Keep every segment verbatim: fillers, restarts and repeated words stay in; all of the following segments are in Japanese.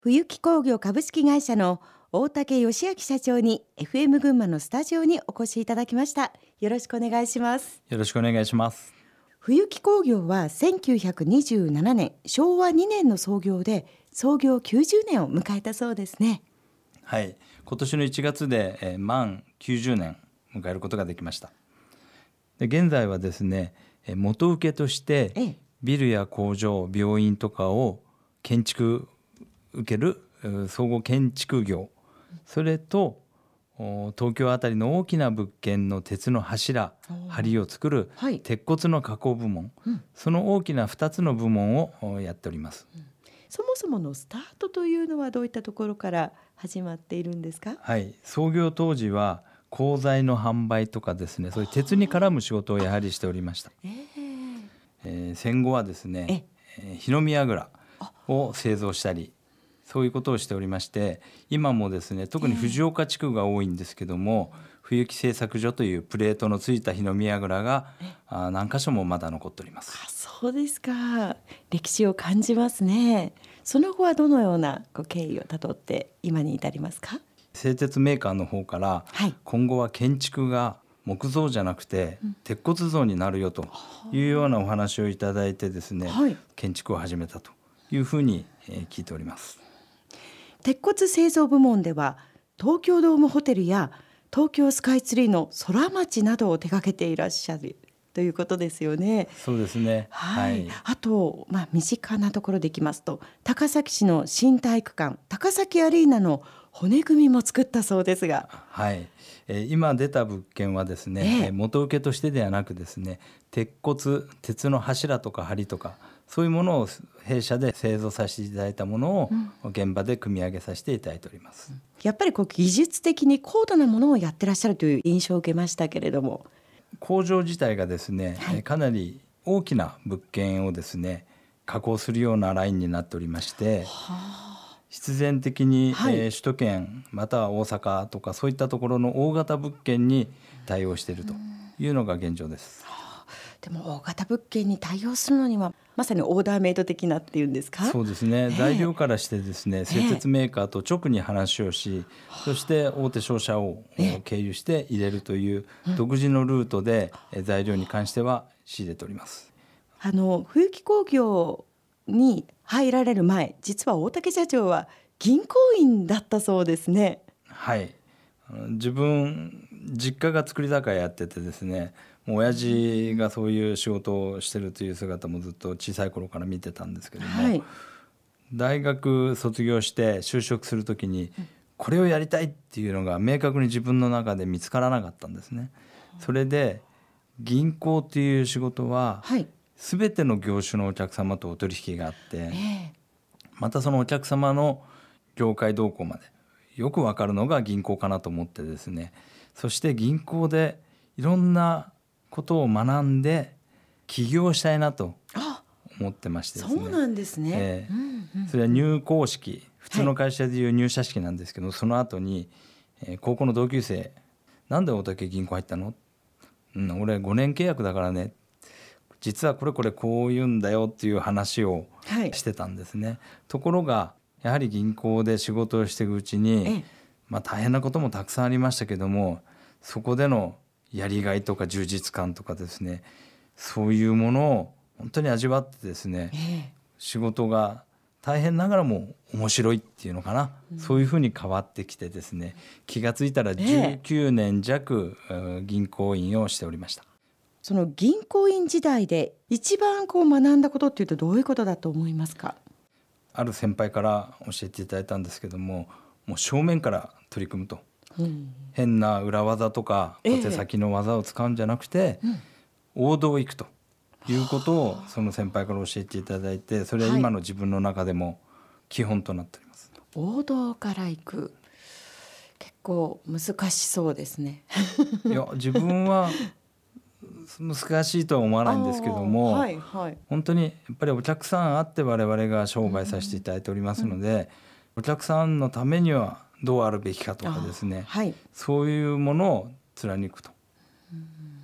冬木工業株式会社の大竹義明社長に エフエム 群馬のスタジオにお越しいただきました。よろしくお願いします。 よろしくお願いします。 冬木工業はせんきゅうひゃくにじゅうななねんしょうわにねんの創業で創業きゅうじゅうねんを迎えたそうですね。 はい、今年のいちがつで、えー、満きゅうじゅうねん迎えることができました。で現在はですね、えー、元請けとしてええビルや工場、病院とかを建築受ける総合建築業、それと東京あたりの大きな物件の鉄の柱、梁を作る鉄骨の加工部門、はい、その大きなふたつの部門をやっております、うん、 そもそものスタートというのはどういったところから始まっているんですか？ はい、創業当時は鋼材の販売とかですね、そういう鉄に絡む仕事をやはりしておりました。えーえー、戦後はですね、え日の見櫓を製造したり、そういうことをしておりまして、今もですね、特に藤岡地区が多いんですけども、冬木製作所というプレートのついた火の見櫓があ何箇所もまだ残っております。 あ、そうですか。歴史を感じますね。その後はどのようなこう経緯をたどって今に至りますか？ 製鉄メーカーの方から、はい、今後は建築が木造じゃなくて、うん、鉄骨造になるよというようなお話をいただいてですね、はい、建築を始めたというふうに、えー、聞いております。 鉄骨製造部門では東京ドームホテルや東京スカイツリーの空町などを手掛けていらっしゃるということですよね。 そうですね、 はい、はい、あと、まあ、身近なところでいきますと高崎市の新体育館高崎アリーナの骨組みも作ったそうですが、 はい、えー、今出た物件はですね、えー、元請けとしてではなくですね、鉄骨、鉄の柱とか梁とかそういうものを弊社で製造させていただいたものを現場で組み上げさせていただいております、うん、 やっぱりこう技術的に高度なものをやってらっしゃるという印象を受けましたけれども、 工場自体がですね、はい、かなり大きな物件をですね加工するようなラインになっておりまして、はあ、必然的に、はい、えー、首都圏または大阪とかそういったところの大型物件に対応しているというのが現状です。 でも大型物件に対応するのにはまさにオーダーメイド的なっていうんですか？ そうですね、えー、材料からしてですね、製鉄メーカーと直に話をし、えー、そして大手商社を経由して入れるという独自のルートで材料に関しては仕入れております。 あの冬木工業に入られる前、実は大竹社長は銀行員だったそうですね。 はい、自分実家が造り酒屋やっててですね、もう親父がそういう仕事をしてるという姿もずっと小さい頃から見てたんですけども、はい、大学卒業して就職するときにこれをやりたいっていうのが明確に自分の中で見つからなかったんですね。それで銀行っていう仕事は全ての業種のお客様とお取引があって、はい、またそのお客様の業界動向までよく分かるのが銀行かなと思ってですね、そして銀行でいろんなことを学んで起業したいなと思ってましてですね。 そうなんですね、 えーうんうん、それは入校式、普通の会社でいう入社式なんですけど、はい、その後に、えー、高校の同級生、なんで大竹銀行入ったの、うん、俺ごねん契約だからね、実はこれこれこう言うんだよっていう話をしてたんですね、はい、ところがやはり銀行で仕事をしていくうちに、ええ、まあ、大変なこともたくさんありましたけども、そこでのやりがいとか充実感とかですね、そういうものを本当に味わってですね、ええ、仕事が大変ながらも面白いっていうのかな、うん、そういうふうに変わってきてですね、気がついたらじゅうきゅうねん弱、ええ、銀行員をしておりました。 その銀行員時代で一番こう学んだことっていうとどういうことだと思いますか？ ある先輩から教えていただいたんですけども、もう正面から取り組むと、うん、変な裏技とか小手先の技を使うんじゃなくて、えーうん、王道を行くということをその先輩から教えていただいて、それは今の自分の中でも基本となっております、 はい、王道から行く、結構難しそうですね。 いや自分は難しいとは思わないんですけども、はいはい、本当にやっぱりお客さんあって我々が商売させていただいておりますので、うんうん、お客さんのためにはどうあるべきかとかですね、はい、そういうものを貫くと、うん、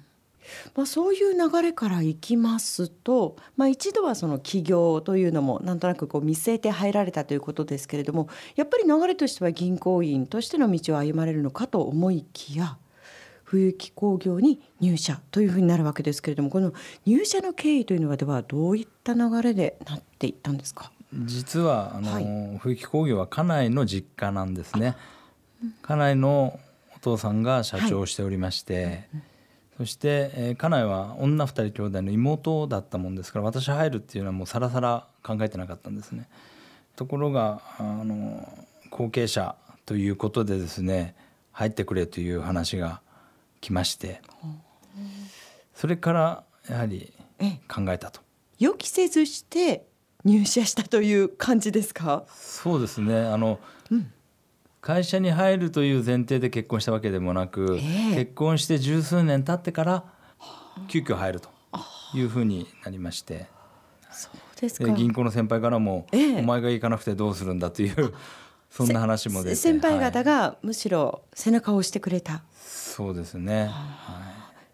まあ、そういう流れからいきますと、まあ、一度はその起業というのもなんとなくこう見据えて入られたということですけれども、やっぱり流れとしては銀行員としての道を歩まれるのかと思いきや、冬木工業に入社というふうになるわけですけれども、この入社の経緯というのはではどういった流れでなっていったんですか？ 実はあの、 はい、 冬木工業は家内の実家なんですね。家内のお父さんが社長をしておりまして、はい、そして、えー、家内は女二人兄弟の妹だったもんですから、私入るっていうのはもうさらさら考えてなかったんですね。ところがあの後継者ということでですね、入ってくれという話が来まして、それからやはり考えたと。 予期せずして入社したという感じですか？ そうですね。あの、 うん、 会社に入るという前提で結婚したわけでもなく、えー、結婚して十数年経ってから急遽入るというふうになりまして、 そうですか。 銀行の先輩からも、えー、お前が行かなくてどうするんだというそんな話も出て、 先輩方がむしろ背中を押してくれた、はい、 そうですね、はい、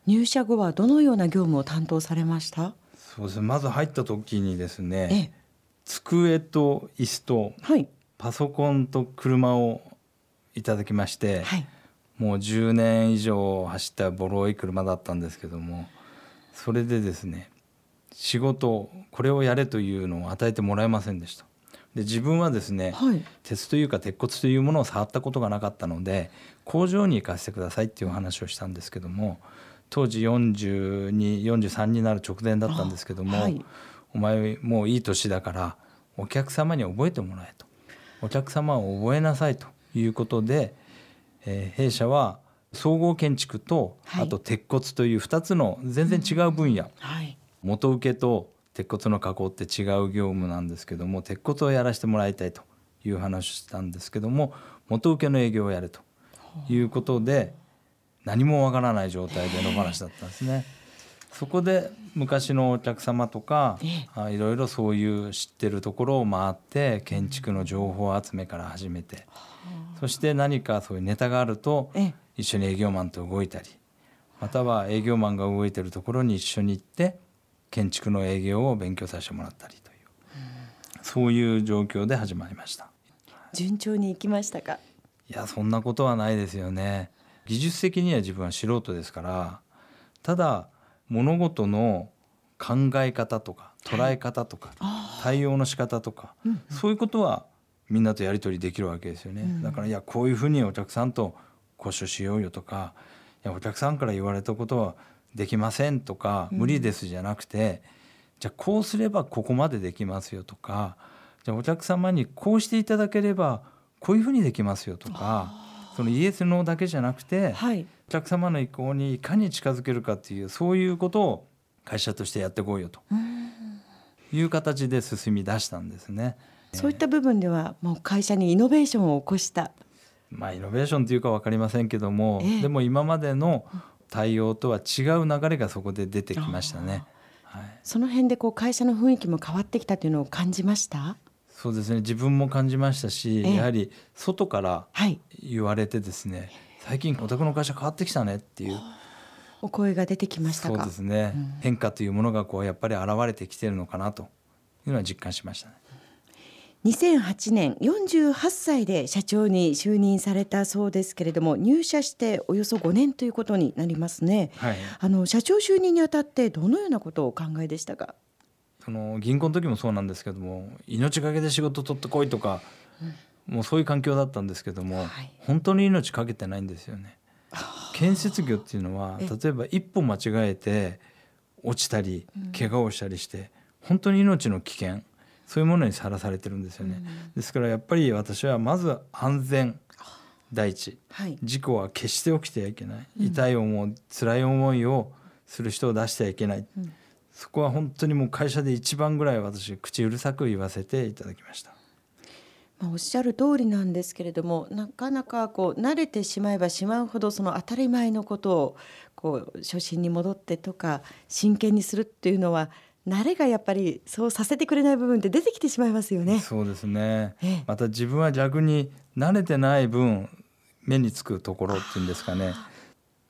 入社後はどのような業務を担当されました？ そうですね、まず入った時にですね、え机と椅子とパソコンと車をいただきまして、はい、もうじゅうねん以上走ったボロい車だったんですけども、それでですね、仕事これをやれというのを与えてもらえませんでした。で自分はですね、はい、鉄というか鉄骨というものを触ったことがなかったので、工場に行かせてくださいっていう話をしたんですけども、当時よんじゅうに、よんじゅうさんになる直前だったんですけども、はい、お前もういい年だからお客様に覚えてもらえと、お客様を覚えなさいということで、えー、弊社は総合建築と、はい、あと鉄骨というふたつの全然違う分野、うん、はい、元請けと鉄骨の加工って違う業務なんですけども、鉄骨をやらせてもらいたいという話をしたんですけども、元請けの営業をやるということで何もわからない状態での話だったんですね。そこで昔のお客様とかいろいろそういう知ってるところを回って建築の情報集めから始めて、そして何かそういうネタがあると一緒に営業マンと動いたり、または営業マンが動いてるところに一緒に行って建築の営業を勉強させてもらったりという、そういう状況で始まりました。 順調にいきましたか？ いや、そんなことはないですよね。技術的には自分は素人ですから、ただ物事の考え方とか捉え方とか、はい、対応の仕方とか、うんうん、そういうことはみんなとやり取りできるわけですよね、うん、だからいやこういうふうにお客さんと交渉しようよとか、いやお客さんから言われたことはできませんとか、うん、無理ですじゃなくて、じゃあこうすればここまでできますよとか、じゃあお客様にこうしていただければこういうふうにできますよとか、そのイエスノーだけじゃなくて、はい、お客様の意向にいかに近づけるかっていう、そういうことを会社としてやっていこうよという形で進み出したんですね。 そういった部分ではもう会社にイノベーションを起こした、 まあイノベーションというか分かりませんけども、ええ、でも今までの対応とは違う流れがそこで出てきましたね、はい、 その辺でこう会社の雰囲気も変わってきたというのを感じました？ そうですね、自分も感じましたし、ええ、やはり外から言われてですね、はい、最近お宅の会社変わってきたねっていうお声が出てきましたか？ そうですね、うん、変化というものがこうやっぱり現れてきているのかなというのは実感しましたね。 にせんはちねんよんじゅうはっさいで社長に就任されたそうですけれども、入社しておよそごねんということになりますね、はい、あの社長就任にあたってどのようなことをお考えでしたか？ その銀行の時もそうなんですけども、命がけで仕事取ってこいとか、うん、もうそういう環境だったんですけども、はい、本当に命かけてないんですよね。建設業っていうのは例えば一歩間違えて落ちたり怪我をしたりして、うん、本当に命の危険、そういうものにさらされてるんですよね、うん、ですからやっぱり私はまず安全第一、はい、事故は決して起きてはいけない、うん、痛い思い辛い思いをする人を出してはいけない、うん、そこは本当にもう会社で一番ぐらい私口うるさく言わせていただきました。 まあ、おっしゃる通りなんですけれども、なかなかこう慣れてしまえばしまうほどその当たり前のことをこう初心に戻ってとか真剣にするっていうのは、慣れがやっぱりそうさせてくれない部分って出てきてしまいますよね。 そうですね、ええ、また自分は逆に慣れてない分目につくところっていうんですかね、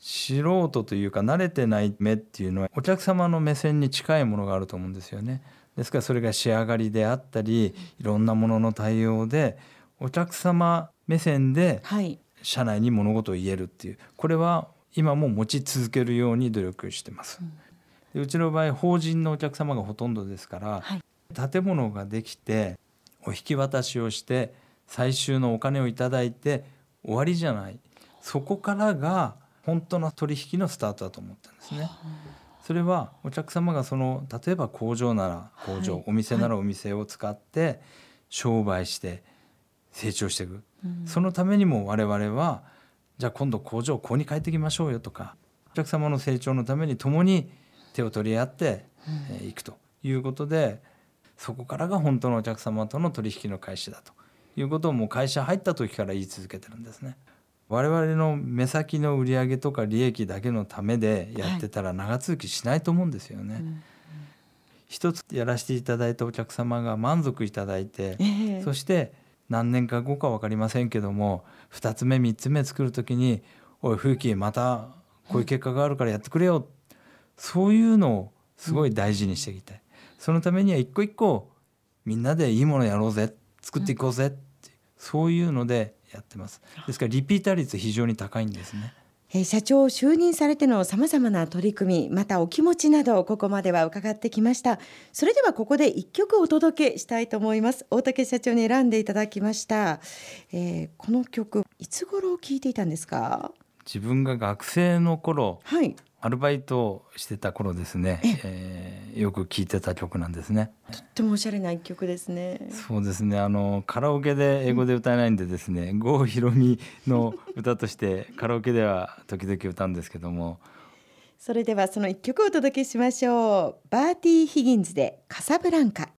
素人というか慣れてない目っていうのはお客様の目線に近いものがあると思うんですよね。ですからそれが仕上がりであったりいろんなものの対応でお客様目線で社内に物事を言えるっていう、これは今も持ち続けるように努力してます。でうちの場合法人のお客様がほとんどですから、はい、建物ができてお引き渡しをして最終のお金をいただいて終わりじゃない、そこからが本当の取引のスタートだと思ったんですね。それはお客様がその例えば工場なら工場、はい、お店ならお店を使って商売して成長していく、うん、そのためにも我々はじゃあ今度工場をここに変えていきましょうよとか、お客様の成長のために共に手を取り合っていくということで、そこからが本当のお客様との取引の開始だということをもう会社入った時から言い続けてるんですね。我々の目先の売上とか利益だけのためでやってたら長続きしないと思うんですよね、はい、うんうん、一つやらせていただいたお客様が満足いただいて、えー、そして何年か後か分かりませんけどもふたつめみっつめ作る時におい冬木またこういう結果があるからやってくれよ、うん、そういうのをすごい大事にしていきたい、うん、そのためには一個一個みんなでいいものやろうぜ作っていこうぜって、うん、そういうのでやってます。ですからリピーター率非常に高いんですね。 えー、社長を就任されてのさまざまな取り組み、またお気持ちなどここまでは伺ってきました。それではここで一曲お届けしたいと思います。大竹社長に選んでいただきました、えー、この曲いつ頃聴いていたんですか？ 自分が学生の頃、 はい、 アルバイトをしてた頃ですね、えー、よく聴いてた曲なんですね。 とってもおしゃれな一曲ですね。 そうですね、あのカラオケで英語で歌えないんでですね、うん、郷ひろみの歌としてカラオケでは時々歌うんですけどもそれではその一曲をお届けしましょう。バーティー・ヒギンズでカサブランカ。